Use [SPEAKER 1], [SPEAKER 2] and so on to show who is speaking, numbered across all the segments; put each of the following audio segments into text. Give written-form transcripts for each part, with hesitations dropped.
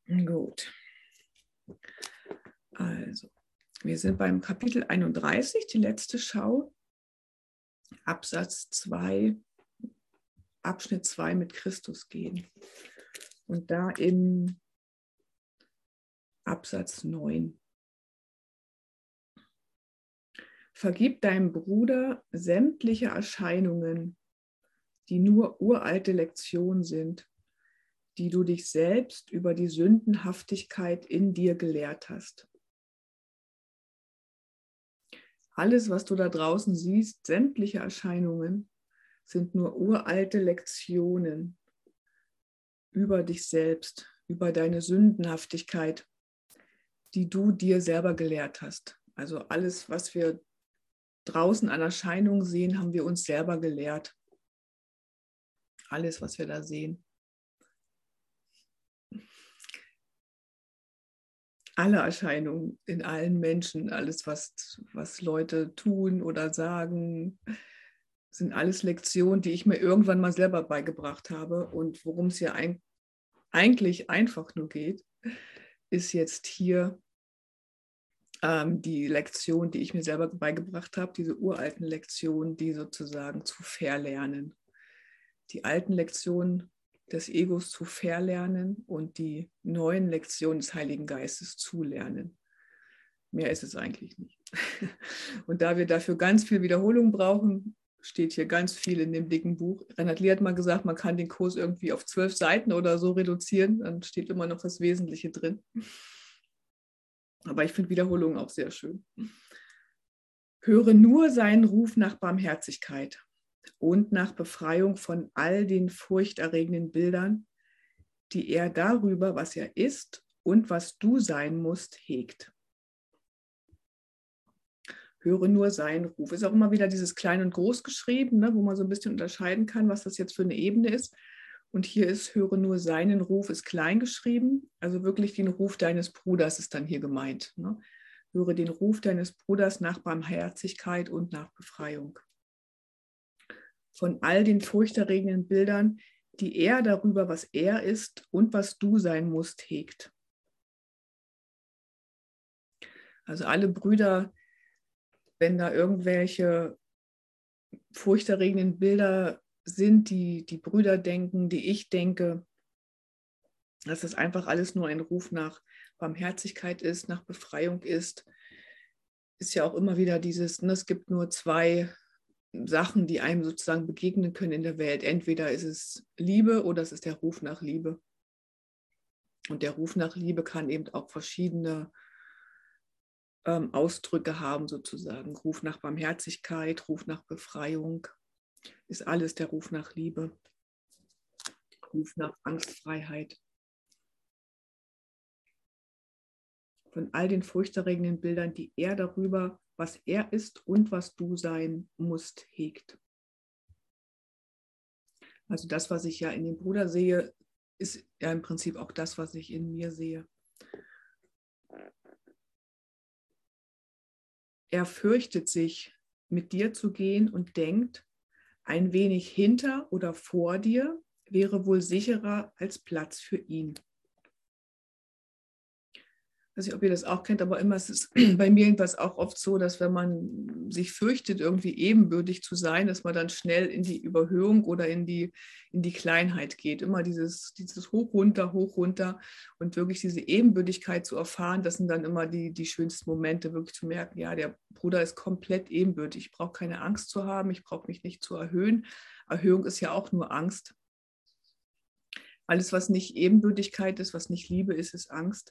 [SPEAKER 1] Gut. Also, wir sind beim Kapitel 31, die letzte Schau, Absatz 2, Abschnitt 2 mit Christus gehen. Und da im Absatz 9. Vergib deinem Bruder sämtliche Erscheinungen, die nur uralte Lektionen sind, die du dich selbst über die Sündenhaftigkeit in dir gelehrt hast. Alles, was du da draußen siehst, sämtliche Erscheinungen, sind nur uralte Lektionen über dich selbst, über deine Sündenhaftigkeit, die du dir selber gelehrt hast. Also alles, was wir draußen an Erscheinungen sehen, haben wir uns selber gelehrt. Alles, was wir da sehen. Alle Erscheinungen in allen Menschen, alles, was Leute tun oder sagen, sind alles Lektionen, die ich mir irgendwann mal selber beigebracht habe. Und worum es ja eigentlich einfach nur geht, ist jetzt hier die Lektion, die ich mir selber beigebracht habe, diese uralten Lektionen, die sozusagen zu verlernen. Die alten Lektionen des Egos zu verlernen und die neuen Lektionen des Heiligen Geistes zu lernen. Mehr ist es eigentlich nicht. Und da wir dafür ganz viel Wiederholung brauchen, steht hier ganz viel in dem dicken Buch. Reinhard Lee hat mal gesagt, man kann den Kurs irgendwie auf 12 Seiten oder so reduzieren, dann steht immer noch das Wesentliche drin. Aber ich finde Wiederholungen auch sehr schön. Höre nur seinen Ruf nach Barmherzigkeit und nach Befreiung von all den furchterregenden Bildern, die er darüber, was er ist und was du sein musst, hegt. Höre nur seinen Ruf. Ist auch immer wieder dieses Klein und Groß geschrieben, ne, wo man so ein bisschen unterscheiden kann, was das jetzt für eine Ebene ist. Und hier ist, höre nur seinen Ruf, ist klein geschrieben. Also wirklich den Ruf deines Bruders ist dann hier gemeint. Ne? Höre den Ruf deines Bruders nach Barmherzigkeit und nach Befreiung. Von all den furchterregenden Bildern, die er darüber, was er ist und was du sein musst, hegt. Also alle Brüder, wenn da irgendwelche furchterregenden Bilder sind, die Brüder denken, die ich denke, dass das einfach alles nur ein Ruf nach Barmherzigkeit ist, nach Befreiung ist ja auch immer wieder dieses, ne, es gibt nur zwei Sachen, die einem sozusagen begegnen können in der Welt. Entweder ist es Liebe oder es ist der Ruf nach Liebe. Und der Ruf nach Liebe kann eben auch verschiedene Ausdrücke haben sozusagen. Ruf nach Barmherzigkeit, Ruf nach Befreiung, ist alles der Ruf nach Liebe. Ruf nach Angstfreiheit. Von all den furchterregenden Bildern, die er darüber, was er ist und was du sein musst, hegt. Also das, was ich ja in dem Bruder sehe, ist ja im Prinzip auch das, was ich in mir sehe. Er fürchtet sich, mit dir zu gehen und denkt, ein wenig hinter oder vor dir wäre wohl sicherer als Platz für ihn. Ich weiß nicht, ob ihr das auch kennt, aber immer ist es bei mir jedenfalls auch oft so, dass wenn man sich fürchtet, irgendwie ebenbürtig zu sein, dass man dann schnell in die Überhöhung oder in die Kleinheit geht. Immer dieses hoch, runter und wirklich diese Ebenbürtigkeit zu erfahren, das sind dann immer die schönsten Momente, wirklich zu merken, ja, der Bruder ist komplett ebenbürtig. Ich brauche keine Angst zu haben, ich brauche mich nicht zu erhöhen. Erhöhung ist ja auch nur Angst. Alles, was nicht Ebenbürtigkeit ist, was nicht Liebe ist, ist Angst.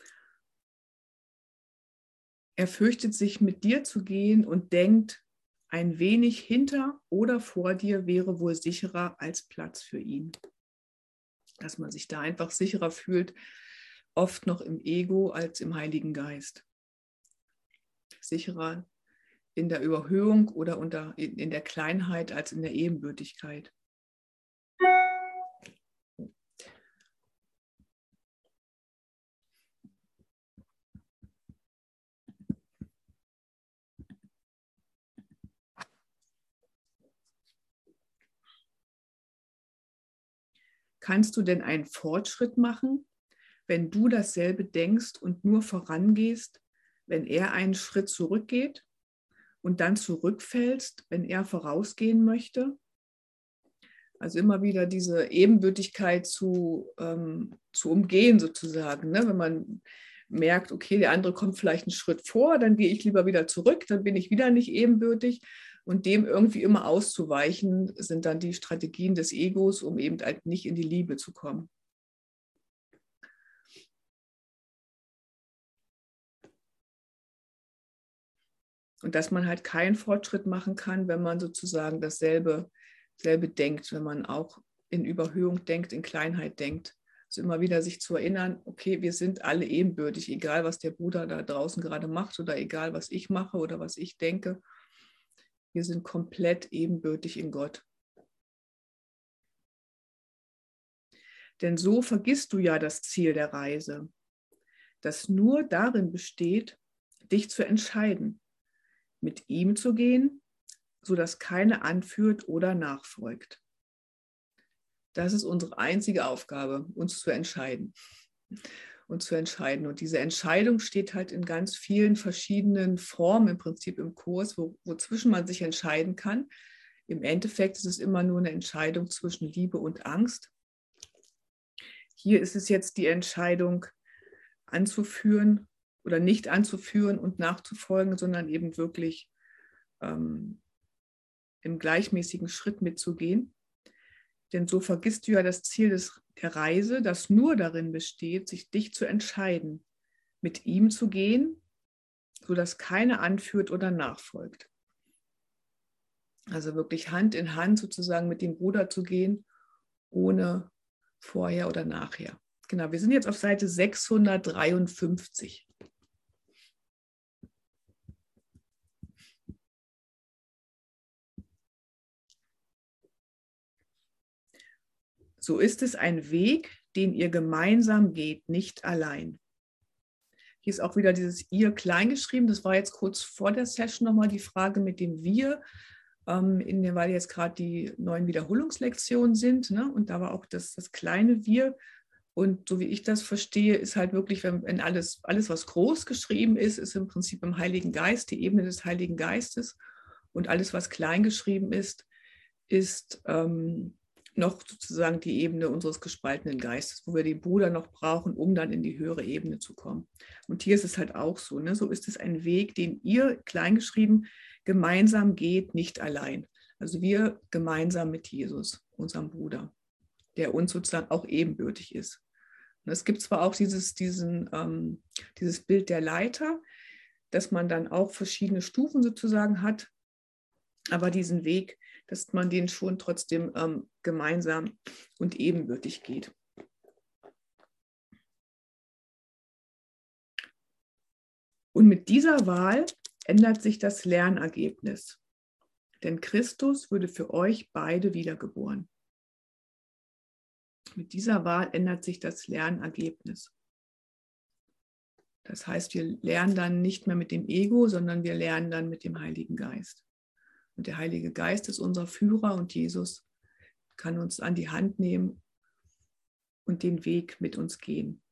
[SPEAKER 1] Er fürchtet sich, mit dir zu gehen und denkt, ein wenig hinter oder vor dir wäre wohl sicherer als Platz für ihn. Dass man sich da einfach sicherer fühlt, oft noch im Ego als im Heiligen Geist. Sicherer in der Überhöhung oder in der Kleinheit als in der Ebenbürtigkeit. Kannst du denn einen Fortschritt machen, wenn du dasselbe denkst und nur vorangehst, wenn er einen Schritt zurückgeht und dann zurückfällst, wenn er vorausgehen möchte? Also immer wieder diese Ebenbürtigkeit zu umgehen sozusagen. Ne? Wenn man merkt, okay, der andere kommt vielleicht einen Schritt vor, dann gehe ich lieber wieder zurück, dann bin ich wieder nicht ebenbürtig. Und dem irgendwie immer auszuweichen, sind dann die Strategien des Egos, um eben halt nicht in die Liebe zu kommen. Und dass man halt keinen Fortschritt machen kann, wenn man sozusagen dasselbe denkt, wenn man auch in Überhöhung denkt, in Kleinheit denkt. Also immer wieder sich zu erinnern, okay, wir sind alle ebenbürtig, egal was der Bruder da draußen gerade macht oder egal was ich mache oder was ich denke. Wir sind komplett ebenbürtig in Gott. Denn so vergisst du ja das Ziel der Reise, das nur darin besteht, dich zu entscheiden, mit ihm zu gehen, sodass keine anführt oder nachfolgt. Das ist unsere einzige Aufgabe, uns zu entscheiden. Und diese Entscheidung steht halt in ganz vielen verschiedenen Formen im Prinzip im Kurs, wozwischen man sich entscheiden kann. Im Endeffekt ist es immer nur eine Entscheidung zwischen Liebe und Angst. Hier ist es jetzt die Entscheidung, anzuführen oder nicht anzuführen und nachzufolgen, sondern eben wirklich im gleichmäßigen Schritt mitzugehen. Denn so vergisst du ja das Ziel der Reise, das nur darin besteht, dich zu entscheiden, mit ihm zu gehen, sodass keiner anführt oder nachfolgt. Also wirklich Hand in Hand sozusagen mit dem Bruder zu gehen, ohne vorher oder nachher. Genau, wir sind jetzt auf Seite 653. So ist es ein Weg, den ihr gemeinsam geht, nicht allein. Hier ist auch wieder dieses ihr klein geschrieben. Das war jetzt kurz vor der Session nochmal die Frage mit dem wir, weil jetzt gerade die neuen Wiederholungslektionen sind. Ne? Und da war auch das kleine wir. Und so wie ich das verstehe, ist halt wirklich, wenn alles, was groß geschrieben ist, ist im Prinzip im Heiligen Geist, die Ebene des Heiligen Geistes. Und alles, was klein geschrieben ist noch sozusagen die Ebene unseres gespaltenen Geistes, wo wir den Bruder noch brauchen, um dann in die höhere Ebene zu kommen. Und hier ist es halt auch so. Ne? So ist es ein Weg, den ihr, kleingeschrieben, gemeinsam geht, nicht allein. Also wir gemeinsam mit Jesus, unserem Bruder, der uns sozusagen auch ebenbürtig ist. Und es gibt zwar auch dieses Bild der Leiter, dass man dann auch verschiedene Stufen sozusagen hat, aber diesen Weg, dass man den schon trotzdem gemeinsam und ebenbürtig geht. Und mit dieser Wahl ändert sich das Lernergebnis. Denn Christus würde für euch beide wiedergeboren. Mit dieser Wahl ändert sich das Lernergebnis. Das heißt, wir lernen dann nicht mehr mit dem Ego, sondern wir lernen dann mit dem Heiligen Geist. Und der Heilige Geist ist unser Führer und Jesus kann uns an die Hand nehmen und den Weg mit uns gehen.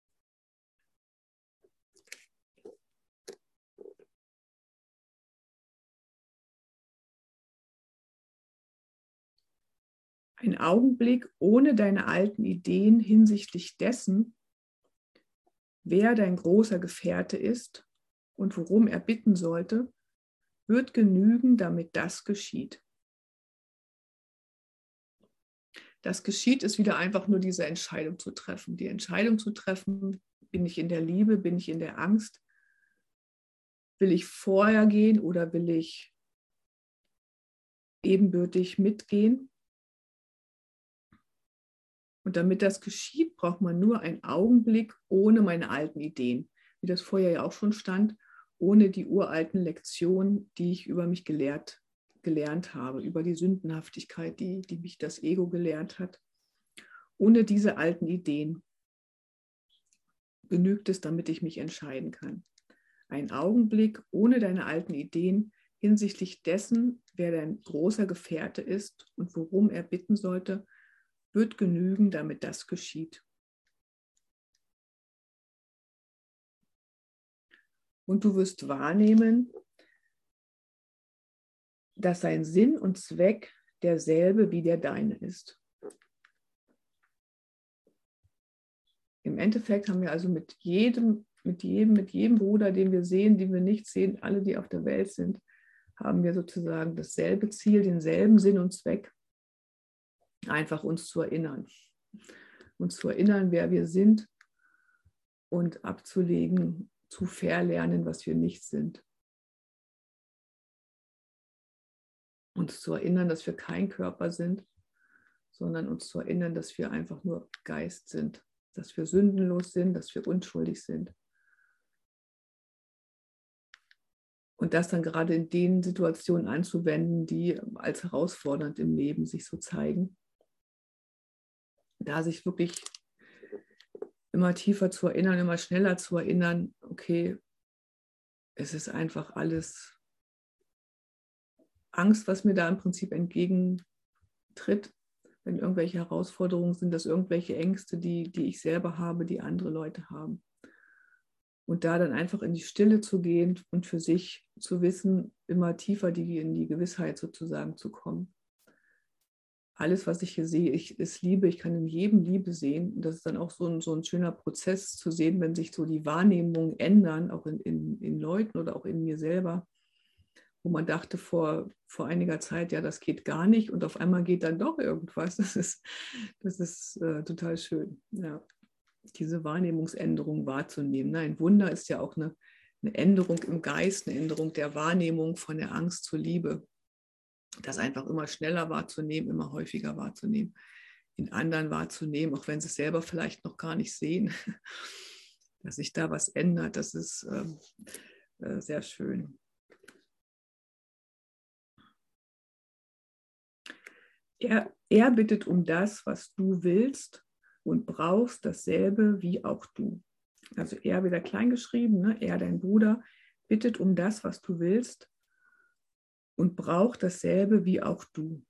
[SPEAKER 1] Ein Augenblick ohne deine alten Ideen hinsichtlich dessen, wer dein großer Gefährte ist und worum er bitten sollte, wird genügen, damit das geschieht. Das geschieht ist wieder einfach nur diese Entscheidung zu treffen. Die Entscheidung zu treffen, bin ich in der Liebe, bin ich in der Angst? Will ich vorher gehen oder will ich ebenbürtig mitgehen? Und damit das geschieht, braucht man nur einen Augenblick ohne meine alten Ideen. Wie das vorher ja auch schon stand, ohne die uralten Lektionen, die ich über mich gelernt habe, über die Sündenhaftigkeit, die mich das Ego gelehrt hat. Ohne diese alten Ideen genügt es, damit ich mich entscheiden kann. Ein Augenblick ohne deine alten Ideen hinsichtlich dessen, wer dein großer Gefährte ist und worum er bitten sollte, wird genügen, damit das geschieht. Und du wirst wahrnehmen, dass sein Sinn und Zweck derselbe wie der deine ist. Im Endeffekt haben wir also mit jedem Bruder, den wir sehen, den wir nicht sehen, alle, die auf der Welt sind, haben wir sozusagen dasselbe Ziel, denselben Sinn und Zweck, einfach uns zu erinnern. Uns zu erinnern, wer wir sind und abzulegen, zu verlernen, was wir nicht sind. Uns zu erinnern, dass wir kein Körper sind, sondern uns zu erinnern, dass wir einfach nur Geist sind, dass wir sündenlos sind, dass wir unschuldig sind. Und das dann gerade in den Situationen anzuwenden, die als herausfordernd im Leben sich so zeigen. Da sich wirklich immer tiefer zu erinnern, immer schneller zu erinnern, okay, es ist einfach alles Angst, was mir da im Prinzip entgegentritt, wenn irgendwelche Herausforderungen sind, dass irgendwelche Ängste, die ich selber habe, die andere Leute haben. Und da dann einfach in die Stille zu gehen und für sich zu wissen, immer tiefer in die Gewissheit sozusagen zu kommen. Alles, was ich hier sehe, ist Liebe. Ich kann in jedem Liebe sehen. Und das ist dann auch so ein schöner Prozess zu sehen, wenn sich so die Wahrnehmungen ändern, auch in Leuten oder auch in mir selber, wo man dachte vor einiger Zeit, ja, das geht gar nicht und auf einmal geht dann doch irgendwas. Das ist total schön, ja, diese Wahrnehmungsänderung wahrzunehmen. Ein Wunder ist ja auch eine Änderung im Geist, eine Änderung der Wahrnehmung von der Angst zur Liebe. Das einfach immer schneller wahrzunehmen, immer häufiger wahrzunehmen, in anderen wahrzunehmen, auch wenn sie es selber vielleicht noch gar nicht sehen, dass sich da was ändert. Das ist sehr schön. Er bittet um das, was du willst und brauchst dasselbe wie auch du. Also er wieder klein geschrieben, ne? Er, dein Bruder, bittet um das, was du willst und braucht dasselbe wie auch du.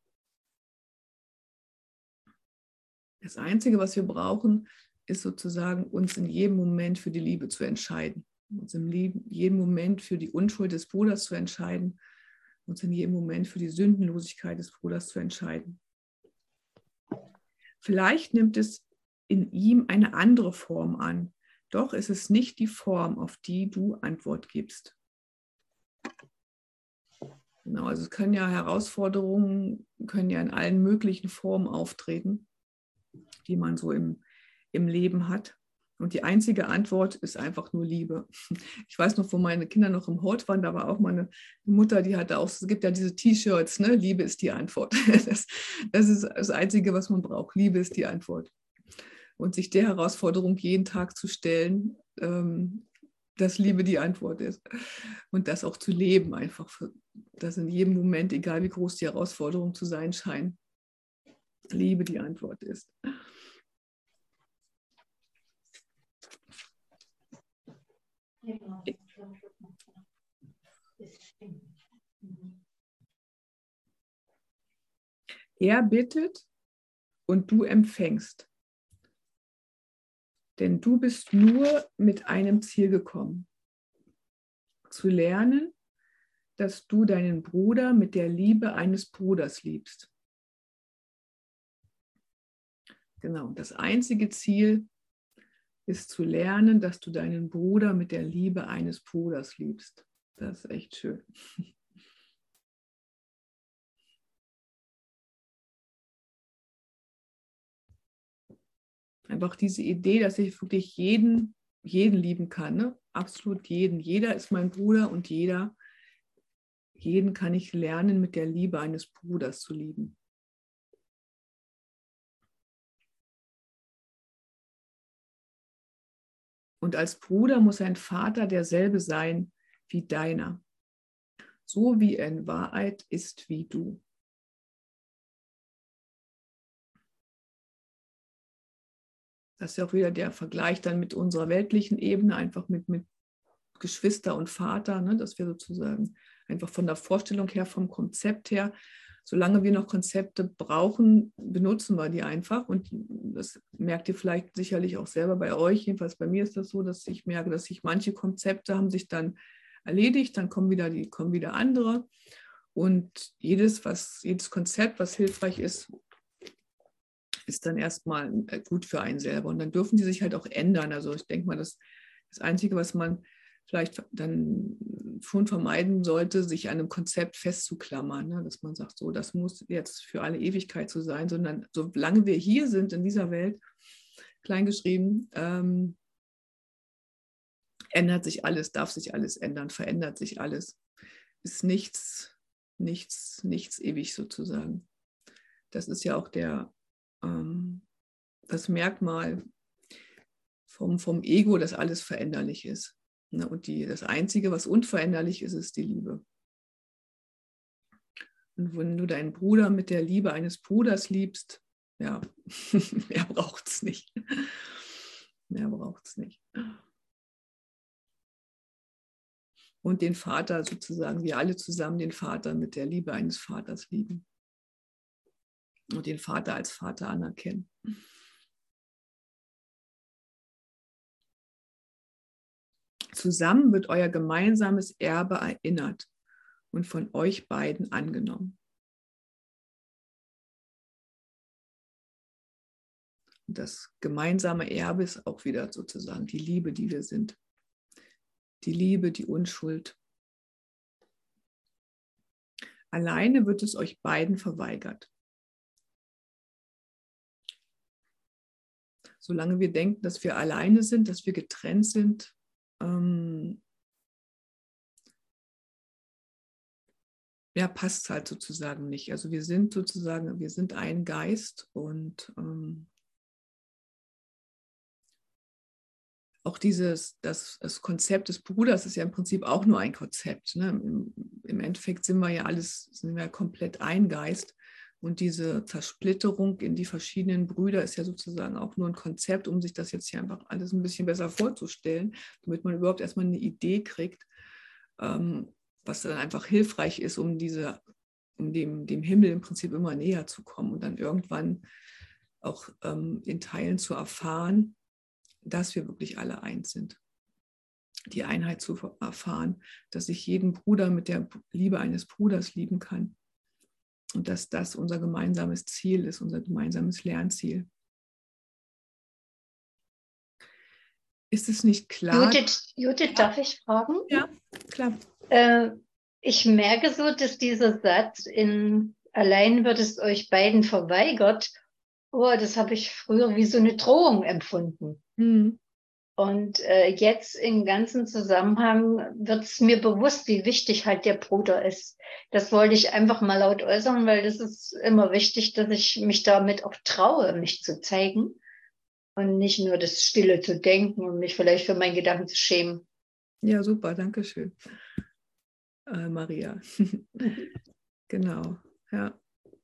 [SPEAKER 1] Das Einzige, was wir brauchen, ist sozusagen, uns in jedem Moment für die Liebe zu entscheiden. Uns in jedem Moment für die Unschuld des Bruders zu entscheiden. Uns in jedem Moment für die Sündenlosigkeit des Bruders zu entscheiden. Vielleicht nimmt es in ihm eine andere Form an, doch ist es nicht die Form, auf die du Antwort gibst. Genau, also Herausforderungen können ja in allen möglichen Formen auftreten, die man so im Leben hat. Und die einzige Antwort ist einfach nur Liebe. Ich weiß noch, wo meine Kinder noch im Hort waren, da war auch meine Mutter, die hatte auch, es gibt ja diese T-Shirts, ne? Liebe ist die Antwort. Das ist das Einzige, was man braucht. Liebe ist die Antwort. Und sich der Herausforderung jeden Tag zu stellen, dass Liebe die Antwort ist. Und das auch zu leben, einfach, dass in jedem Moment, egal wie groß die Herausforderung zu sein scheint, Liebe die Antwort ist. Er bittet und du empfängst. Denn du bist nur mit einem Ziel gekommen. Zu lernen, dass du deinen Bruder mit der Liebe eines Bruders liebst. Genau, das einzige Ziel ist zu lernen, dass du deinen Bruder mit der Liebe eines Bruders liebst. Das ist echt schön. Einfach diese Idee, dass ich wirklich jeden lieben kann, ne? Absolut jeden. Jeder ist mein Bruder und jeden kann ich lernen, mit der Liebe eines Bruders zu lieben. Und als Bruder muss ein Vater derselbe sein wie deiner, so wie er in Wahrheit ist wie du. Das ist ja auch wieder der Vergleich dann mit unserer weltlichen Ebene, einfach mit Geschwister und Vater, ne, dass wir sozusagen einfach von der Vorstellung her, vom Konzept her, solange wir noch Konzepte brauchen, benutzen wir die einfach. Und das merkt ihr vielleicht sicherlich auch selber bei euch. Jedenfalls bei mir ist das so, dass ich merke, dass sich manche Konzepte haben sich dann erledigt, dann kommen wieder andere. Und jedes Konzept, was hilfreich ist, ist dann erstmal gut für einen selber. Und dann dürfen die sich halt auch ändern. Also ich denke mal, das Einzige, was man vielleicht dann schon vermeiden sollte, sich an einem Konzept festzuklammern, ne? Dass man sagt, so, das muss jetzt für alle Ewigkeit so sein, sondern solange wir hier sind in dieser Welt, kleingeschrieben, ändert sich alles, darf sich alles ändern, verändert sich alles. Ist nichts ewig sozusagen. Das ist ja auch das Merkmal vom Ego, dass alles veränderlich ist. Und das Einzige, was unveränderlich ist, ist die Liebe. Und wenn du deinen Bruder mit der Liebe eines Bruders liebst, ja, mehr braucht es nicht. Mehr braucht es nicht. Und den Vater sozusagen, wir alle zusammen den Vater mit der Liebe eines Vaters lieben. Und den Vater als Vater anerkennen. Zusammen wird euer gemeinsames Erbe erinnert und von euch beiden angenommen. Und das gemeinsame Erbe ist auch wieder sozusagen die Liebe, die wir sind. Die Liebe, die Unschuld. Alleine wird es euch beiden verweigert. Solange wir denken, dass wir alleine sind, dass wir getrennt sind, ja, passt es halt sozusagen nicht. Also wir sind ein Geist und auch das Konzept des Bruders ist ja im Prinzip auch nur ein Konzept. Ne? Im Endeffekt sind wir komplett ein Geist. Und diese Zersplitterung in die verschiedenen Brüder ist ja sozusagen auch nur ein Konzept, um sich das jetzt hier einfach alles ein bisschen besser vorzustellen, damit man überhaupt erstmal eine Idee kriegt, was dann einfach hilfreich ist, um dem Himmel im Prinzip immer näher zu kommen und dann irgendwann auch in Teilen zu erfahren, dass wir wirklich alle eins sind. Die Einheit zu erfahren, dass ich jeden Bruder mit der Liebe eines Bruders lieben kann. Und dass das unser gemeinsames Ziel ist, unser gemeinsames Lernziel. Ist es nicht klar?
[SPEAKER 2] Judith, darf ich fragen?
[SPEAKER 1] Ja, klar.
[SPEAKER 2] Ich merke so, dass dieser Satz allein wird es euch beiden verweigert, das habe ich früher wie so eine Drohung empfunden. Und jetzt im ganzen Zusammenhang wird es mir bewusst, wie wichtig halt der Bruder ist. Das wollte ich einfach mal laut äußern, weil das ist immer wichtig, dass ich mich damit auch traue, mich zu zeigen und nicht nur das Stille zu denken und mich vielleicht für meinen Gedanken zu schämen.
[SPEAKER 1] Ja, super, danke schön, Maria. Genau, ja.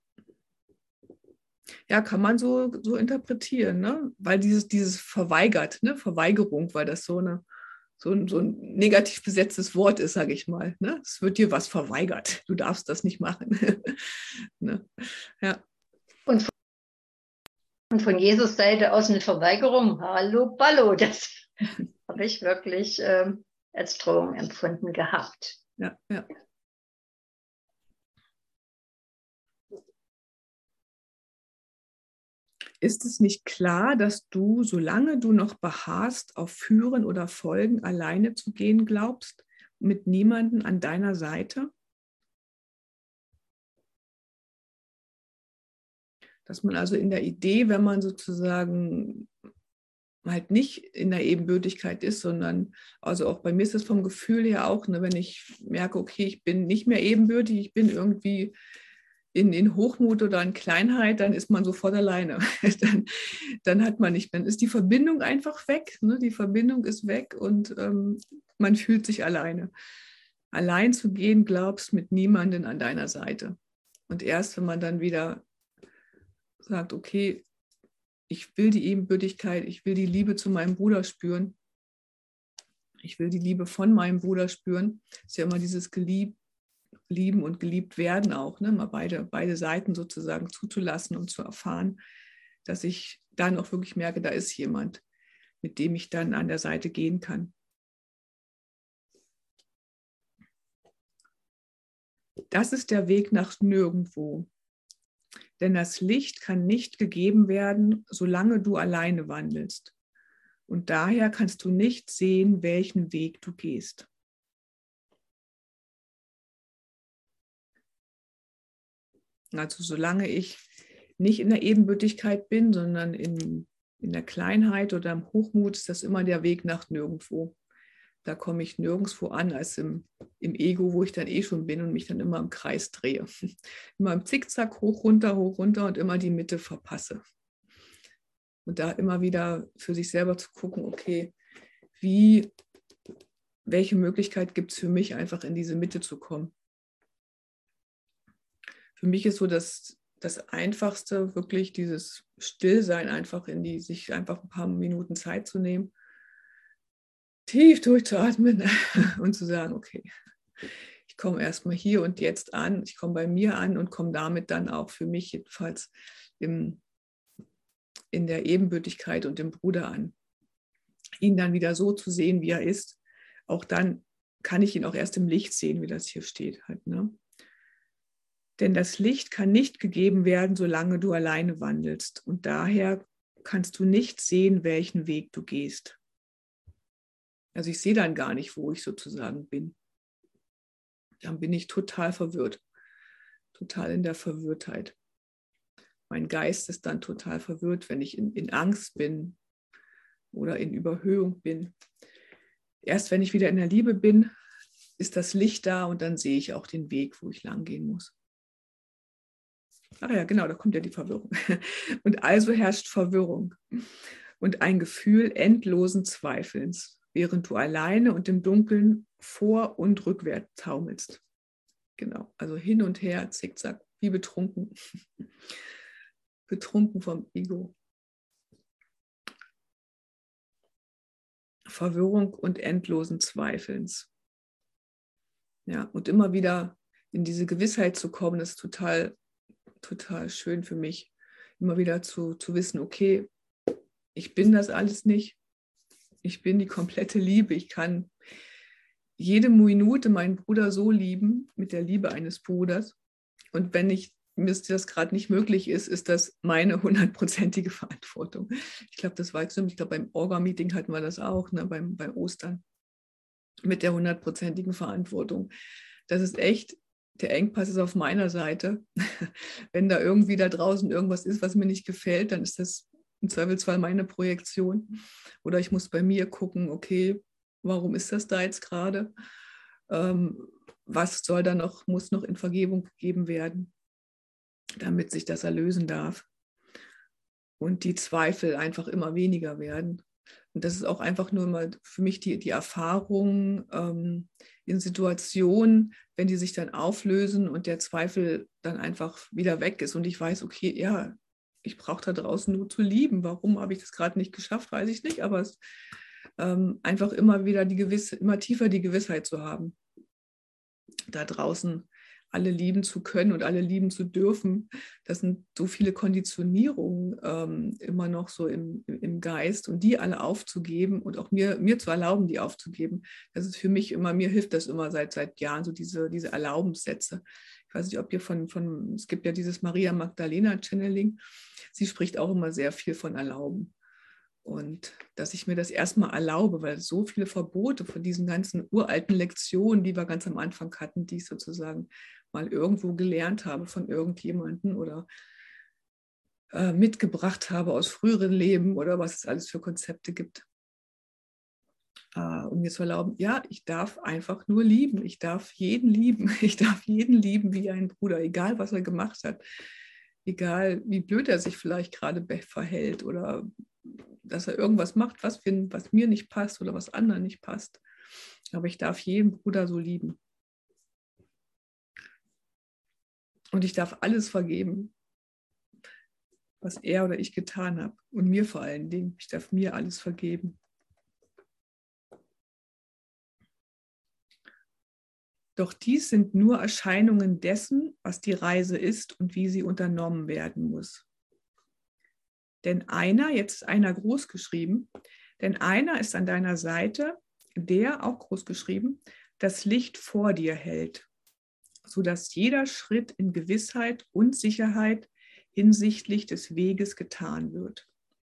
[SPEAKER 1] Ja, kann man so interpretieren, ne? Weil dieses verweigert, ne? Verweigerung, weil das so ein negativ besetztes Wort ist, sage ich mal. Ne? Es wird dir was verweigert. Du darfst das nicht machen. Ne? Ja.
[SPEAKER 2] Und von Jesus Seite aus eine Verweigerung, hallo, ballo, das habe ich wirklich als Drohung empfunden gehabt.
[SPEAKER 1] Ja, ja. Ist es nicht klar, dass du, solange du noch beharrst, auf Führen oder Folgen alleine zu gehen glaubst, mit niemandem an deiner Seite? Dass man also in der Idee, wenn man sozusagen halt nicht in der Ebenbürtigkeit ist, sondern, also auch bei mir ist es vom Gefühl her auch, ne, wenn ich merke, okay, ich bin nicht mehr ebenbürtig, ich bin irgendwie in Hochmut oder in Kleinheit, dann ist man sofort alleine. Dann hat man nicht, dann ist die Verbindung einfach weg. Ne? Die Verbindung ist weg und man fühlt sich alleine. Allein zu gehen, glaubst mit niemandem an deiner Seite. Und erst wenn man dann wieder sagt, okay, ich will die Ebenbürtigkeit, ich will die Liebe zu meinem Bruder spüren, ich will die Liebe von meinem Bruder spüren, ist ja immer dieses lieben und geliebt werden auch, ne? Mal beide Seiten sozusagen zuzulassen und zu erfahren, dass ich dann auch wirklich merke, da ist jemand, mit dem ich dann an der Seite gehen kann. Das ist der Weg nach nirgendwo. Denn das Licht kann nicht gegeben werden, solange du alleine wandelst. Und daher kannst du nicht sehen, welchen Weg du gehst. Also solange ich nicht in der Ebenbürtigkeit bin, sondern in der Kleinheit oder im Hochmut, ist das immer der Weg nach nirgendwo. Da komme ich nirgendwo an als im Ego, wo ich dann schon bin und mich dann immer im Kreis drehe. Immer im Zickzack hoch, runter und immer die Mitte verpasse. Und da immer wieder für sich selber zu gucken, okay, welche Möglichkeit gibt es für mich, einfach in diese Mitte zu kommen? Für mich ist so das Einfachste wirklich dieses Stillsein, einfach sich einfach ein paar Minuten Zeit zu nehmen, tief durchzuatmen und zu sagen, okay, ich komme erstmal hier und jetzt an, ich komme bei mir an und komme damit dann auch für mich jedenfalls in der Ebenbürtigkeit und dem Bruder an. Ihn dann wieder so zu sehen, wie er ist, auch dann kann ich ihn auch erst im Licht sehen, wie das hier steht halt, ne? Denn das Licht kann nicht gegeben werden, solange du alleine wandelst. Und daher kannst du nicht sehen, welchen Weg du gehst. Also ich sehe dann gar nicht, wo ich sozusagen bin. Dann bin ich total verwirrt, total in der Verwirrtheit. Mein Geist ist dann total verwirrt, wenn ich in Angst bin oder in Überhöhung bin. Erst wenn ich wieder in der Liebe bin, ist das Licht da und dann sehe ich auch den Weg, wo ich lang gehen muss. Ach ja, genau, da kommt ja die Verwirrung. Und also herrscht Verwirrung und ein Gefühl endlosen Zweifelns, während du alleine und im Dunkeln vor- und rückwärts taumelst. Genau, also hin und her, zickzack, wie betrunken. Betrunken vom Ego. Verwirrung und endlosen Zweifelns. Ja, und immer wieder in diese Gewissheit zu kommen, ist total schön für mich. Immer wieder zu wissen, okay, ich bin das alles nicht. Ich bin die komplette Liebe. Ich kann jede Minute meinen Bruder so lieben, mit der Liebe eines Bruders. Und wenn mir das gerade nicht möglich ist, ist das meine 100%ige Verantwortung. Ich glaube, das war jetzt, ich glaube, beim Orga-Meeting hatten wir das auch, ne, beim Ostern, mit der 100%igen Verantwortung. Das ist echt, der Engpass ist auf meiner Seite. Wenn da irgendwie da draußen irgendwas ist, was mir nicht gefällt, dann ist das im Zweifelsfall meine Projektion. Oder ich muss bei mir gucken, okay, warum ist das da jetzt gerade? Was muss noch in Vergebung gegeben werden, damit sich das erlösen darf und die Zweifel einfach immer weniger werden. Und das ist auch einfach nur mal für mich die Erfahrung in Situationen, wenn die sich dann auflösen und der Zweifel dann einfach wieder weg ist und ich weiß, okay, ja, ich brauche da draußen nur zu lieben. Warum habe ich das gerade nicht geschafft, weiß ich nicht, aber es einfach immer wieder immer tiefer die Gewissheit zu haben, da draußen alle lieben zu können und alle lieben zu dürfen. Das sind so viele Konditionierungen immer noch so im Geist und die alle aufzugeben und auch mir zu erlauben, die aufzugeben. Das ist für mich immer, mir hilft das immer seit Jahren, so diese Erlaubenssätze. Ich weiß nicht, ob ihr es gibt ja dieses Maria Magdalena Channeling, sie spricht auch immer sehr viel von Erlauben. Und dass ich mir das erstmal erlaube, weil so viele Verbote von diesen ganzen uralten Lektionen, die wir ganz am Anfang hatten, die ich sozusagen mal irgendwo gelernt habe von irgendjemandem oder mitgebracht habe aus früheren Leben oder was es alles für Konzepte gibt. Um mir zu erlauben, ja, ich darf einfach nur lieben. Ich darf jeden lieben. Ich darf jeden lieben wie einen Bruder, egal was er gemacht hat. Egal wie blöd er sich vielleicht gerade verhält oder dass er irgendwas macht, was mir nicht passt oder was anderen nicht passt. Aber ich darf jeden Bruder so lieben. Und ich darf alles vergeben, was er oder ich getan habe. Und mir vor allen Dingen. Ich darf mir alles vergeben. Doch dies sind nur Erscheinungen dessen, was die Reise ist und wie sie unternommen werden muss. Denn einer, jetzt ist einer groß geschrieben, denn einer ist an deiner Seite, der, auch groß geschrieben, das Licht vor dir hält, sodass jeder Schritt in Gewissheit und Sicherheit hinsichtlich des Weges getan wird.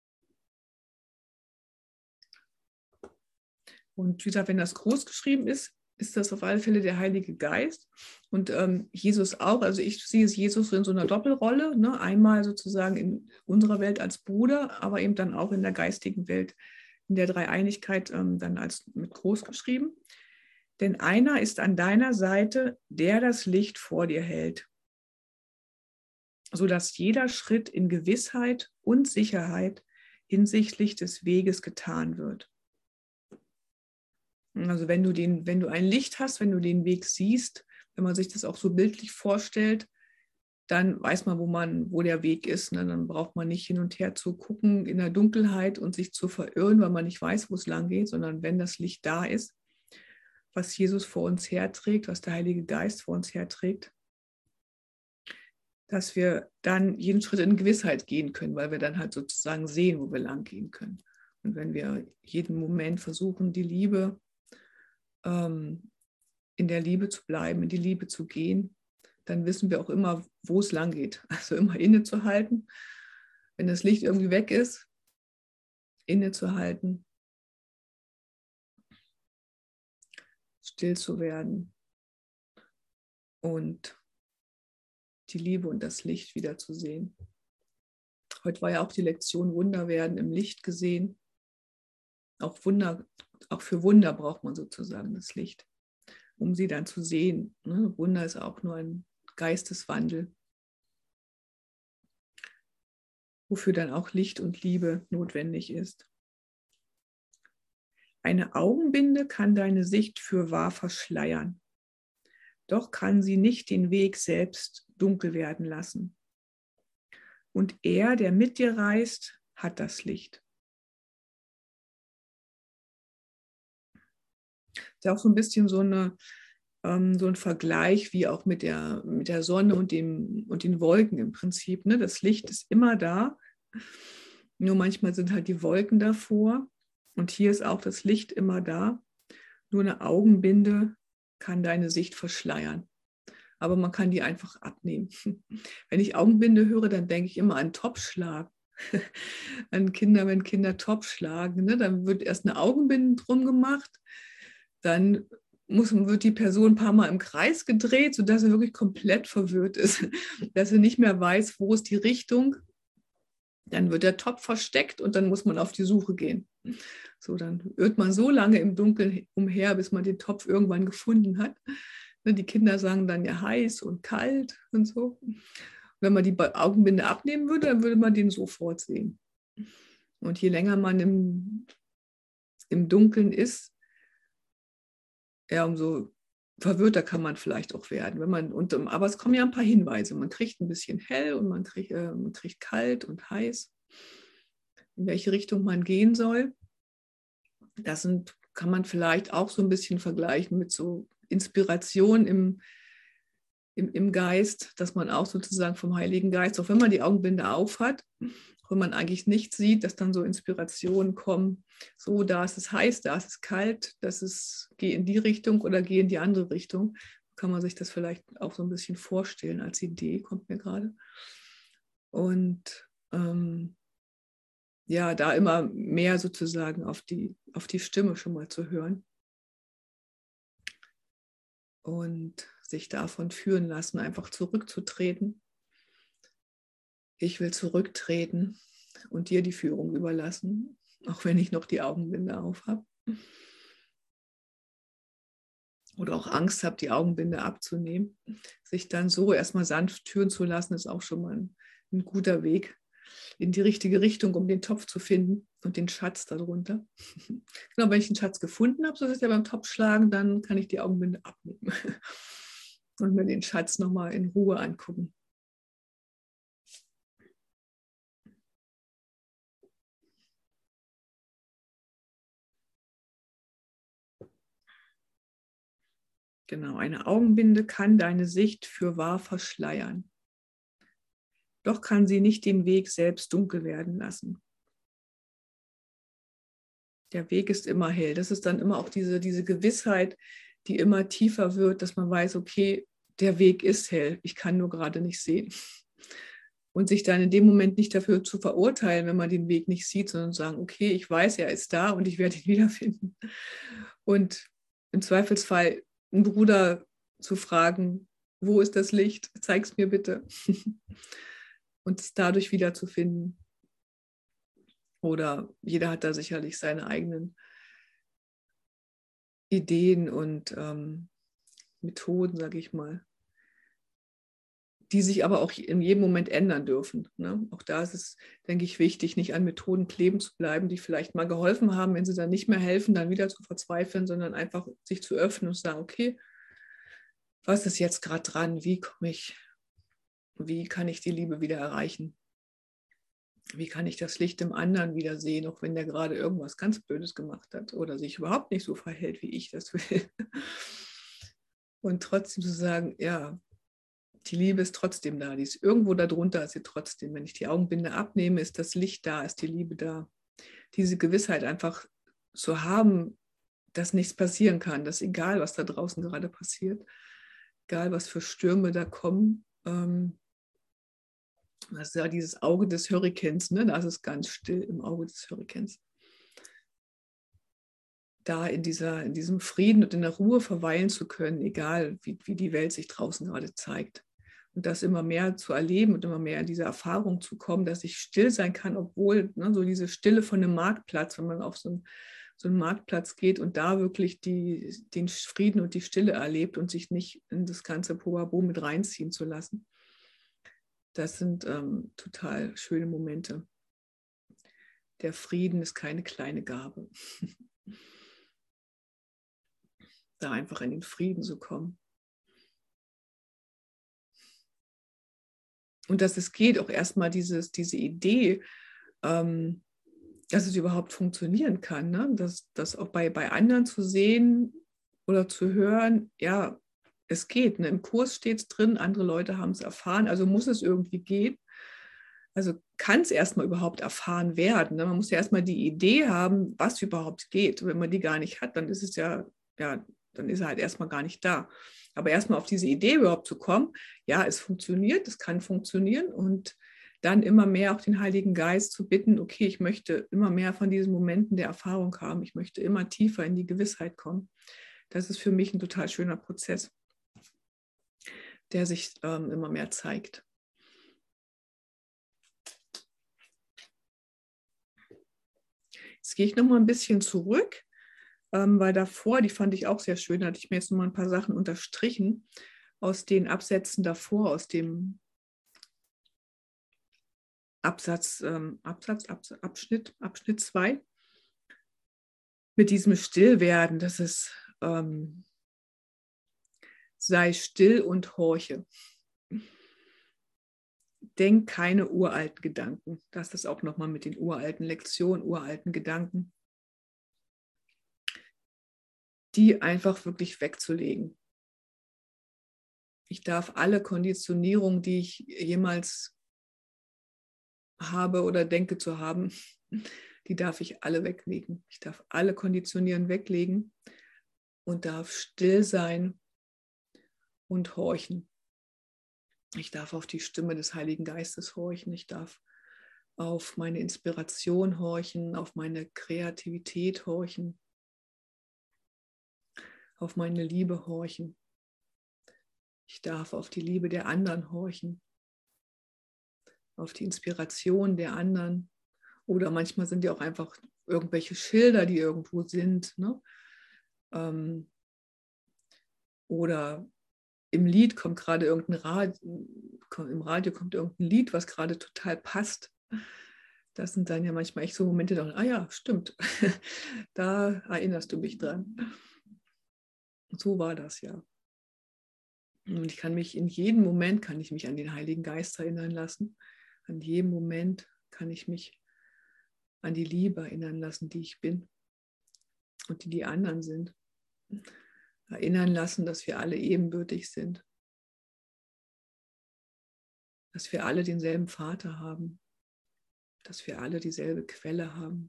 [SPEAKER 1] Und wie gesagt, wenn das groß geschrieben ist, ist das auf alle Fälle der Heilige Geist und Jesus auch. Also ich sehe Jesus in so einer Doppelrolle, ne? Einmal sozusagen in unserer Welt als Bruder, aber eben dann auch in der geistigen Welt, in der Dreieinigkeit dann als mit groß geschrieben. Denn einer ist an deiner Seite, der das Licht vor dir hält, sodass jeder Schritt in Gewissheit und Sicherheit hinsichtlich des Weges getan wird. Also wenn du ein Licht hast, wenn du den Weg siehst, wenn man sich das auch so bildlich vorstellt, dann weiß man, wo der Weg ist. Ne? Dann braucht man nicht hin und her zu gucken in der Dunkelheit und sich zu verirren, weil man nicht weiß, wo es lang geht, sondern wenn das Licht da ist, was Jesus vor uns herträgt, was der Heilige Geist vor uns herträgt, dass wir dann jeden Schritt in Gewissheit gehen können, weil wir dann halt sozusagen sehen, wo wir lang gehen können. Und wenn wir jeden Moment versuchen, die Liebe in der Liebe zu bleiben, in die Liebe zu gehen, dann wissen wir auch immer, wo es lang geht. Also immer innezuhalten. Wenn das Licht irgendwie weg ist, innezuhalten, still zu werden und die Liebe und das Licht wieder zu sehen. Heute war ja auch die Lektion Wunder werden im Licht gesehen. Auch für Wunder braucht man sozusagen das Licht, um sie dann zu sehen. Ne? Wunder ist auch nur ein Geisteswandel, wofür dann auch Licht und Liebe notwendig ist. Eine Augenbinde kann deine Sicht fürwahr verschleiern, doch kann sie nicht den Weg selbst dunkel werden lassen. Und er, der mit dir reist, hat das Licht. Das ist auch so ein bisschen so ein Vergleich wie auch mit der Sonne und den Wolken im Prinzip. Ne? Das Licht ist immer da, nur manchmal sind halt die Wolken davor. Und hier ist auch das Licht immer da. Nur eine Augenbinde kann deine Sicht verschleiern. Aber man kann die einfach abnehmen. Wenn ich Augenbinde höre, dann denke ich immer an Topfschlag. An Kinder, wenn Kinder Topf schlagen. Ne? Dann wird erst eine Augenbinde drum gemacht. Dann wird die Person ein paar Mal im Kreis gedreht, sodass sie wirklich komplett verwirrt ist. Dass sie nicht mehr weiß, wo ist die Richtung. Dann wird der Topf versteckt und dann muss man auf die Suche gehen. So, dann irrt man so lange im Dunkeln umher, bis man den Topf irgendwann gefunden hat. Die Kinder sagen dann ja heiß und kalt und so. Wenn man die Augenbinde abnehmen würde, dann würde man den sofort sehen. Und je länger man im Dunkeln ist, ja, umso verwirrter kann man vielleicht auch werden. Aber es kommen ja ein paar Hinweise. Man kriegt ein bisschen hell und man kriegt kalt und heiß, in welche Richtung man gehen soll. Kann man vielleicht auch so ein bisschen vergleichen mit so Inspiration im Geist, dass man auch sozusagen vom Heiligen Geist, auch wenn man die Augenbinde aufhat, wenn man eigentlich nichts sieht, dass dann so Inspirationen kommen, so da ist es heiß, da ist es kalt, geh in die Richtung oder geh in die andere Richtung. Kann man sich das vielleicht auch so ein bisschen vorstellen als Idee, kommt mir gerade. Und ja, da immer mehr sozusagen auf die Stimme schon mal zu hören und sich davon führen lassen, einfach zurückzutreten. Ich will zurücktreten und dir die Führung überlassen, auch wenn ich noch die Augenbinde auf habe. Oder auch Angst habe, die Augenbinde abzunehmen. Sich dann so erstmal sanft führen zu lassen, ist auch schon mal ein guter Weg in die richtige Richtung, um den Topf zu finden und den Schatz darunter. Genau, wenn ich den Schatz gefunden habe, so ist ja beim Topfschlagen, dann kann ich die Augenbinde abnehmen und mir den Schatz nochmal in Ruhe angucken. Genau, eine Augenbinde kann deine Sicht fürwahr verschleiern. Doch kann sie nicht den Weg selbst dunkel werden lassen. Der Weg ist immer hell. Das ist dann immer auch diese Gewissheit, die immer tiefer wird, dass man weiß, okay, der Weg ist hell, ich kann nur gerade nicht sehen. Und sich dann in dem Moment nicht dafür zu verurteilen, wenn man den Weg nicht sieht, sondern sagen, okay, ich weiß, er ist da und ich werde ihn wiederfinden. Und im Zweifelsfall einen Bruder zu fragen, wo ist das Licht? Zeig es mir bitte. Und es dadurch wiederzufinden. Oder jeder hat da sicherlich seine eigenen Ideen und Methoden, sage ich mal, die sich aber auch in jedem Moment ändern dürfen. Ne? Auch da ist es, denke ich, wichtig, nicht an Methoden kleben zu bleiben, die vielleicht mal geholfen haben, wenn sie dann nicht mehr helfen, dann wieder zu verzweifeln, sondern einfach sich zu öffnen und zu sagen, okay, was ist jetzt gerade dran? Wie kann ich die Liebe wieder erreichen? Wie kann ich das Licht im anderen wieder sehen, auch wenn der gerade irgendwas ganz Blödes gemacht hat oder sich überhaupt nicht so verhält, wie ich das will. Und trotzdem zu sagen, ja, die Liebe ist trotzdem da, die ist irgendwo darunter, ist sie trotzdem. Wenn ich die Augenbinde abnehme, ist das Licht da, ist die Liebe da. Diese Gewissheit einfach zu haben, dass nichts passieren kann, dass egal, was da draußen gerade passiert, egal, was für Stürme da kommen, das ist ja dieses Auge des Hurrikans, ne? Da ist es ganz still im Auge des Hurrikans. Da in diesem Frieden und in der Ruhe verweilen zu können, egal wie die Welt sich draußen gerade zeigt. Und das immer mehr zu erleben und immer mehr in diese Erfahrung zu kommen, dass ich still sein kann, obwohl so diese Stille von einem Marktplatz, wenn man auf so einen Marktplatz geht und da wirklich den Frieden und die Stille erlebt und sich nicht in das ganze Poabo mit reinziehen zu lassen. Das sind total schöne Momente. Der Frieden ist keine kleine Gabe. Da einfach in den Frieden zu kommen. Und dass es geht, auch erstmal diese Idee, dass es überhaupt funktionieren kann. Ne? Das auch bei anderen zu sehen oder zu hören, ja, es geht. Ne? Im Kurs steht es drin, andere Leute haben es erfahren, also muss es irgendwie gehen. Also kann es erstmal überhaupt erfahren werden. Ne? Man muss ja erstmal die Idee haben, was überhaupt geht. Wenn man die gar nicht hat, dann ist es ja, dann ist er halt erstmal gar nicht da. Aber erstmal auf diese Idee überhaupt zu kommen, ja, es funktioniert, es kann funktionieren und dann immer mehr auch den Heiligen Geist zu bitten, okay, ich möchte immer mehr von diesen Momenten der Erfahrung haben, ich möchte immer tiefer in die Gewissheit kommen. Das ist für mich ein total schöner Prozess, der sich immer mehr zeigt. Jetzt gehe ich noch mal ein bisschen zurück, weil davor, die fand ich auch sehr schön, da hatte ich mir jetzt noch mal ein paar Sachen unterstrichen aus den Absätzen davor, aus dem Abschnitt 2, mit diesem Stillwerden, dass es sei still und horche. Denk keine uralten Gedanken. Das ist auch nochmal mit den uralten Lektionen, uralten Gedanken, die einfach wirklich wegzulegen. Ich darf alle Konditionierungen, die ich jemals habe oder denke zu haben, die darf ich alle weglegen. Ich darf alle Konditionierungen weglegen und darf still sein und horchen. Ich darf auf die Stimme des Heiligen Geistes horchen. Ich darf auf meine Inspiration horchen, auf meine Kreativität horchen, auf meine Liebe horchen. Ich darf auf die Liebe der anderen horchen, auf die Inspiration der anderen. Oder manchmal sind ja auch einfach irgendwelche Schilder, die irgendwo sind. Ne? Oder im Lied kommt gerade im Radio kommt irgendein Lied, was gerade total passt. Das sind dann ja manchmal echt so Momente, da, ah ja, stimmt, da erinnerst du mich dran. Und so war das ja. Und ich kann mich in jedem Moment, kann ich mich an den Heiligen Geist erinnern lassen. An jedem Moment kann ich mich an die Liebe erinnern lassen, die ich bin und die anderen sind. erinnern lassen, dass wir alle ebenbürtig sind, dass wir alle denselben Vater haben, dass wir alle dieselbe Quelle haben.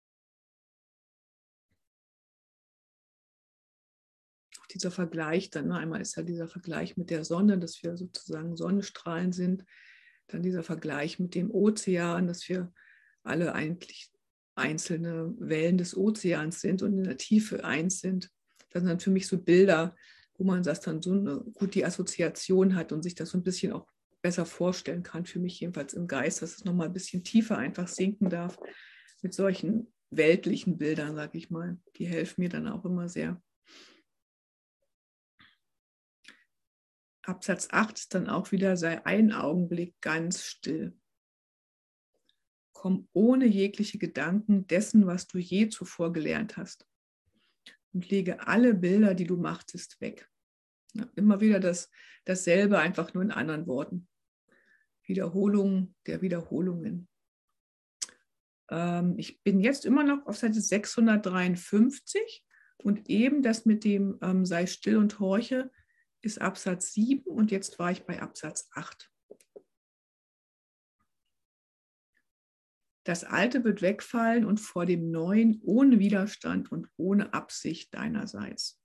[SPEAKER 1] Auch dieser Vergleich dann, einmal ist ja dieser Vergleich mit der Sonne, dass wir sozusagen Sonnenstrahlen sind, dann dieser Vergleich mit dem Ozean, dass wir alle eigentlich einzelne Wellen des Ozeans sind und in der Tiefe eins sind. Das sind dann für mich so Bilder, wo man das dann so gut die Assoziation hat und sich das so ein bisschen auch besser vorstellen kann, für mich jedenfalls im Geist, dass es nochmal ein bisschen tiefer einfach sinken darf mit solchen weltlichen Bildern, sage ich mal. Die helfen mir dann auch immer sehr. Absatz 8 ist dann auch wieder, sei einen Augenblick ganz still. Komm ohne jegliche Gedanken dessen, was du je zuvor gelernt hast. Und lege alle Bilder, die du machtest, weg. Ja, immer wieder dasselbe, einfach nur in anderen Worten. Wiederholung der Wiederholungen. Ich bin jetzt immer noch auf Seite 653 und eben das mit dem sei still und horche ist Absatz 7 und jetzt war ich bei Absatz 8. Das Alte wird wegfallen und vor dem Neuen ohne Widerstand und ohne Absicht deinerseits.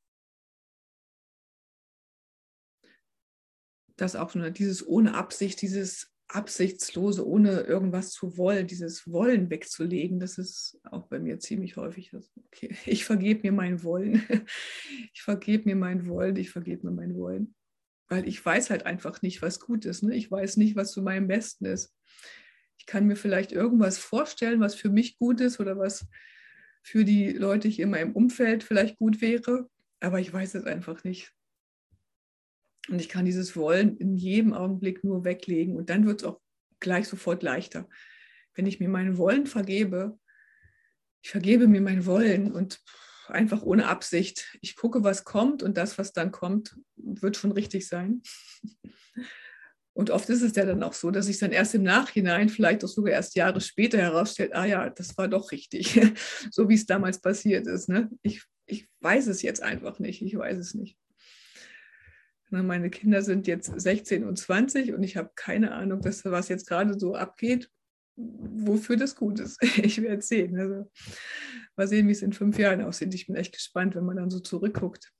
[SPEAKER 1] Das auch nur dieses ohne Absicht, dieses Absichtslose, ohne irgendwas zu wollen, dieses Wollen wegzulegen, das ist auch bei mir ziemlich häufig. Okay, ich vergebe mir mein Wollen. Ich vergebe mir mein Wollen, ich vergebe mir mein Wollen. Weil ich weiß halt einfach nicht, was gut ist. Ne? Ich weiß nicht, was zu meinem Besten ist. Ich kann mir vielleicht irgendwas vorstellen, was für mich gut ist oder was für die Leute hier in meinem Umfeld vielleicht gut wäre, aber ich weiß es einfach nicht. Und ich kann dieses Wollen in jedem Augenblick nur weglegen und dann wird es auch gleich sofort leichter. Wenn ich mir mein Wollen vergebe, ich vergebe mir mein Wollen und einfach ohne Absicht. Ich gucke, was kommt und das, was dann kommt, wird schon richtig sein. Und oft ist es ja dann auch so, dass sich dann erst im Nachhinein, vielleicht auch sogar erst Jahre später herausstellt, ah ja, das war doch richtig, so wie es damals passiert ist. Ne? Ich weiß es jetzt einfach nicht, ich weiß es nicht. Meine Kinder sind jetzt 16 und 20 und ich habe keine Ahnung, was jetzt gerade so abgeht, wofür das gut ist. Ich werde es sehen. Also, mal sehen, wie es in 5 Jahren aussieht. Ich bin echt gespannt, wenn man dann so zurückguckt,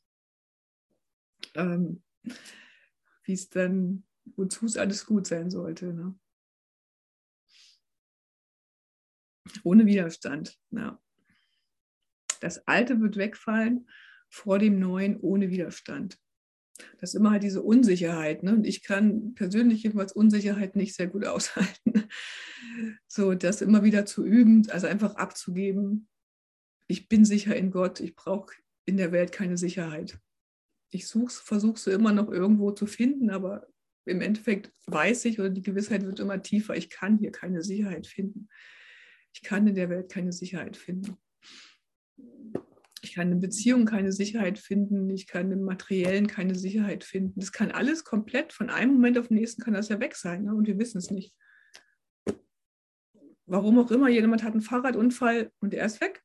[SPEAKER 1] wie es dann, wozu es alles gut sein sollte. Ne? Ohne Widerstand. Ja. Das Alte wird wegfallen vor dem Neuen ohne Widerstand. Das ist immer halt diese Unsicherheit. Ne? Und ich kann persönlich jedenfalls Unsicherheit nicht sehr gut aushalten. So, das immer wieder zu üben, also einfach abzugeben. Ich bin sicher in Gott, ich brauche in der Welt keine Sicherheit. Ich versuche sie immer noch irgendwo zu finden, aber im Endeffekt weiß ich, oder die Gewissheit wird immer tiefer, ich kann hier keine Sicherheit finden. Ich kann in der Welt keine Sicherheit finden. Ich kann in Beziehungen keine Sicherheit finden, ich kann im Materiellen keine Sicherheit finden. Das kann alles komplett, von einem Moment auf den nächsten kann das ja weg sein, ne? Und wir wissen es nicht. Warum auch immer, jemand hat einen Fahrradunfall und er ist weg.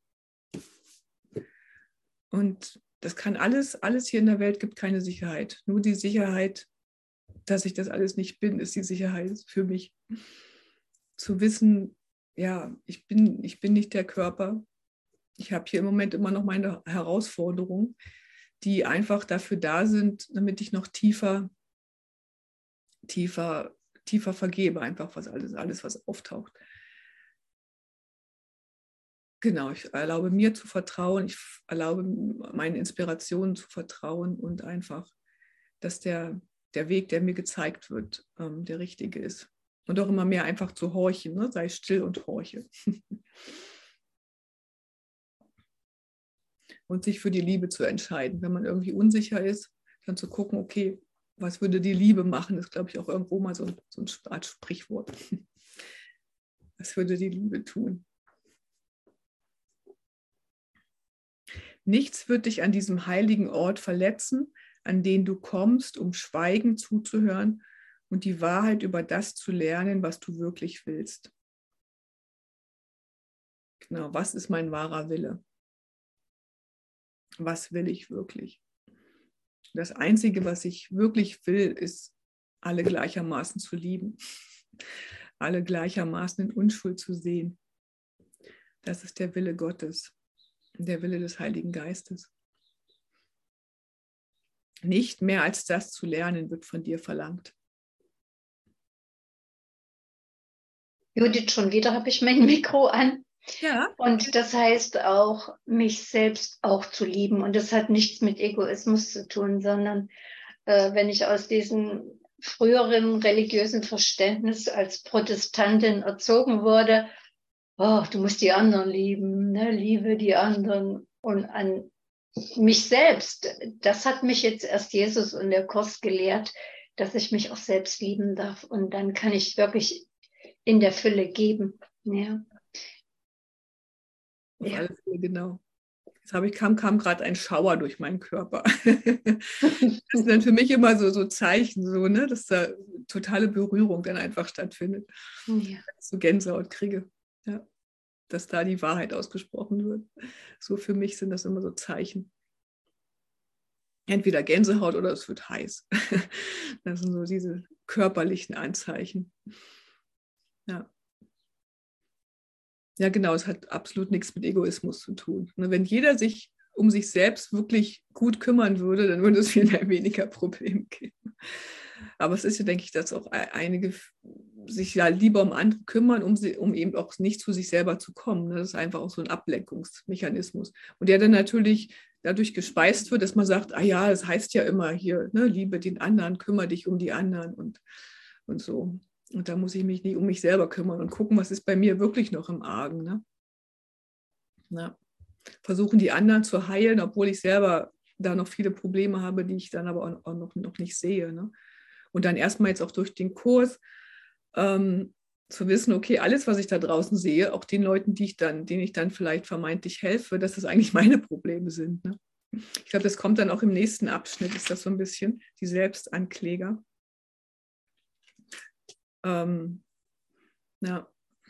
[SPEAKER 1] Und das kann alles hier in der Welt gibt keine Sicherheit. Nur die Sicherheit, dass ich das alles nicht bin, ist die Sicherheit für mich. Zu wissen, ja, ich bin nicht der Körper. Ich habe hier im Moment immer noch meine Herausforderungen, die einfach dafür da sind, damit ich noch tiefer vergebe, einfach was alles, was auftaucht. Genau, ich erlaube mir zu vertrauen, ich erlaube meinen Inspirationen zu vertrauen und einfach, dass der Weg, der mir gezeigt wird, der richtige ist. Und auch immer mehr einfach zu horchen, ne? Sei still und horche. Und sich für die Liebe zu entscheiden. Wenn man irgendwie unsicher ist, dann zu gucken, okay, was würde die Liebe machen? Das ist, glaube ich, auch irgendwo mal so eine Art Sprichwort. Was würde die Liebe tun? Nichts wird dich an diesem heiligen Ort verletzen, an den du kommst, um schweigend zuzuhören und die Wahrheit über das zu lernen, was du wirklich willst. Genau, was ist mein wahrer Wille? Was will ich wirklich? Das Einzige, was ich wirklich will, ist, alle gleichermaßen zu lieben. Alle gleichermaßen in Unschuld zu sehen. Das ist der Wille Gottes, der Wille des Heiligen Geistes. Nicht mehr als das zu lernen, wird von dir verlangt.
[SPEAKER 2] Judith, schon wieder habe ich mein Mikro an.
[SPEAKER 1] Ja.
[SPEAKER 2] Und das heißt auch, mich selbst auch zu lieben. Und das hat nichts mit Egoismus zu tun, sondern wenn ich aus diesem früheren religiösen Verständnis als Protestantin erzogen wurde, oh, du musst die anderen lieben, ne? Liebe die anderen. Und an mich selbst, das hat mich jetzt erst Jesus und der Kurs gelehrt, dass ich mich auch selbst lieben darf. Und dann kann ich wirklich in der Fülle geben. Ja.
[SPEAKER 1] Auf alle Fälle, genau. Jetzt kam gerade ein Schauer durch meinen Körper. Das sind dann für mich immer so Zeichen, so, ne, dass da totale Berührung dann einfach stattfindet.
[SPEAKER 2] Ja.
[SPEAKER 1] Dass ich so Gänsehaut kriege. Ja. Dass da die Wahrheit ausgesprochen wird. So für mich sind das immer so Zeichen. Entweder Gänsehaut oder es wird heiß. Das sind so diese körperlichen Anzeichen. Ja. Ja, genau, es hat absolut nichts mit Egoismus zu tun. Wenn jeder sich um sich selbst wirklich gut kümmern würde, dann würde es viel weniger Probleme geben. Aber es ist ja, denke ich, dass auch einige sich ja lieber um andere kümmern, um eben auch nicht zu sich selber zu kommen. Das ist einfach auch so ein Ablenkungsmechanismus. Und der dann natürlich dadurch gespeist wird, dass man sagt, ah ja, das heißt ja immer hier, ne, liebe den anderen, kümmere dich um die anderen und so. Und da muss ich mich nicht um mich selber kümmern und gucken, was ist bei mir wirklich noch im Argen. Ne? Ja. Versuchen, die anderen zu heilen, obwohl ich selber da noch viele Probleme habe, die ich dann aber auch noch nicht sehe. Ne? Und dann erstmal jetzt auch durch den Kurs zu wissen, okay, alles, was ich da draußen sehe, auch den Leuten, denen ich dann vielleicht vermeintlich helfe, dass das eigentlich meine Probleme sind. Ne? Ich glaube, das kommt dann auch im nächsten Abschnitt, ist das so ein bisschen, die Selbstankläger. Ja.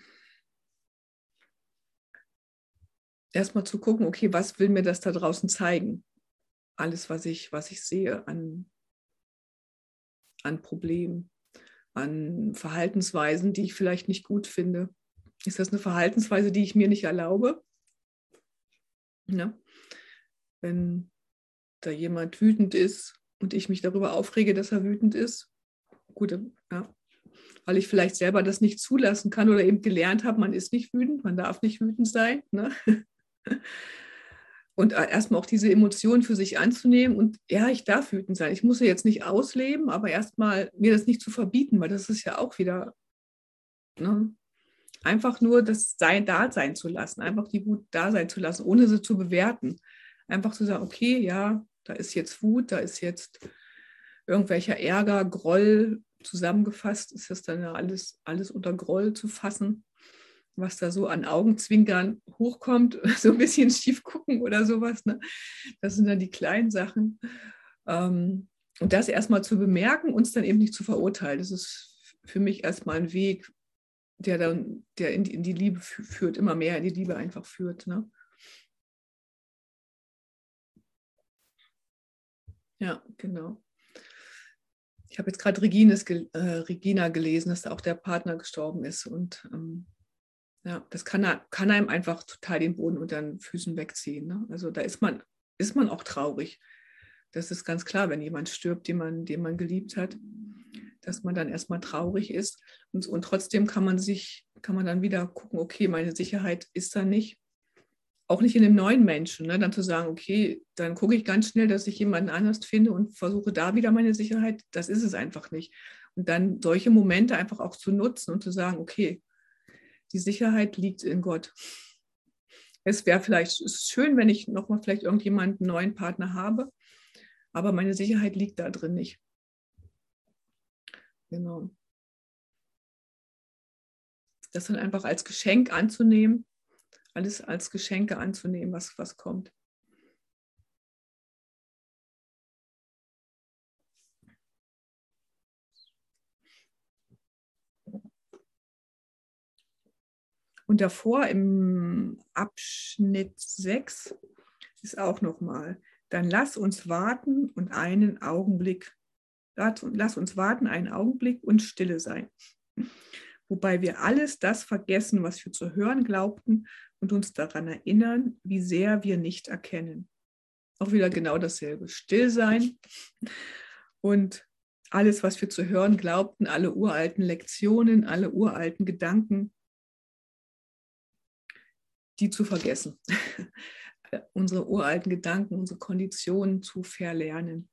[SPEAKER 1] Erstmal zu gucken, okay, was will mir das da draußen zeigen? Alles, was ich sehe an Problemen, an Verhaltensweisen, die ich vielleicht nicht gut finde. Ist das eine Verhaltensweise, die ich mir nicht erlaube? Ja. Wenn da jemand wütend ist und ich mich darüber aufrege, dass er wütend ist, gut, ja, weil ich vielleicht selber das nicht zulassen kann oder eben gelernt habe, man ist nicht wütend, man darf nicht wütend sein. Ne? Und erstmal auch diese Emotionen für sich anzunehmen und ja, ich darf wütend sein. Ich muss sie jetzt nicht ausleben, aber erstmal mir das nicht zu verbieten, weil das ist ja auch wieder, ne, einfach nur das da sein zu lassen, einfach die Wut da sein zu lassen, ohne sie zu bewerten. Einfach zu sagen, okay, ja, da ist jetzt Wut, da ist jetzt irgendwelcher Ärger, Groll, zusammengefasst ist das dann ja alles unter Groll zu fassen, was da so an Augenzwinkern hochkommt, so ein bisschen schief gucken oder sowas. Ne? Das sind dann die kleinen Sachen. Und das erstmal zu bemerken, uns dann eben nicht zu verurteilen. Das ist für mich erstmal ein Weg, der in die Liebe führt, immer mehr in die Liebe einfach führt. Ne? Ja, genau. Ich habe jetzt gerade Regina gelesen, dass da auch der Partner gestorben ist. Und ja, das kann einem einfach total den Boden unter den Füßen wegziehen. Ne? Also da ist man auch traurig. Das ist ganz klar, wenn jemand stirbt, den man geliebt hat, dass man dann erstmal traurig ist. Und trotzdem kann man dann wieder gucken, okay, meine Sicherheit ist da nicht. Auch nicht in dem neuen Menschen, ne? Dann zu sagen, okay, dann gucke ich ganz schnell, dass ich jemanden anders finde und versuche da wieder meine Sicherheit. Das ist es einfach nicht. Und dann solche Momente einfach auch zu nutzen und zu sagen, okay, die Sicherheit liegt in Gott. Es wäre vielleicht schön, wenn ich nochmal vielleicht irgendjemanden neuen Partner habe, aber meine Sicherheit liegt da drin nicht. Genau. Das dann einfach als Geschenk anzunehmen, alles als Geschenke anzunehmen, was kommt. Und davor im Abschnitt 6 ist auch nochmal dann lass uns warten einen Augenblick und stille sein. Wobei wir alles das vergessen, was wir zu hören glaubten und uns daran erinnern, wie sehr wir nicht erkennen. Auch wieder genau dasselbe. Still sein und alles, was wir zu hören glaubten, alle uralten Lektionen, alle uralten Gedanken, die zu vergessen. Unsere uralten Gedanken, unsere Konditionen zu verlernen.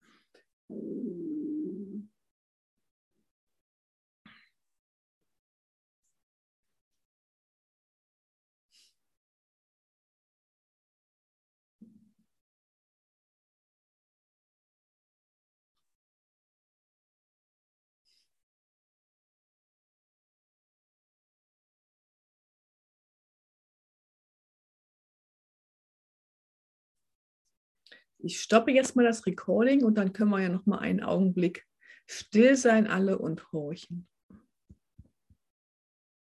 [SPEAKER 1] Ich stoppe jetzt mal das Recording und dann können wir ja noch mal einen Augenblick still sein alle und horchen.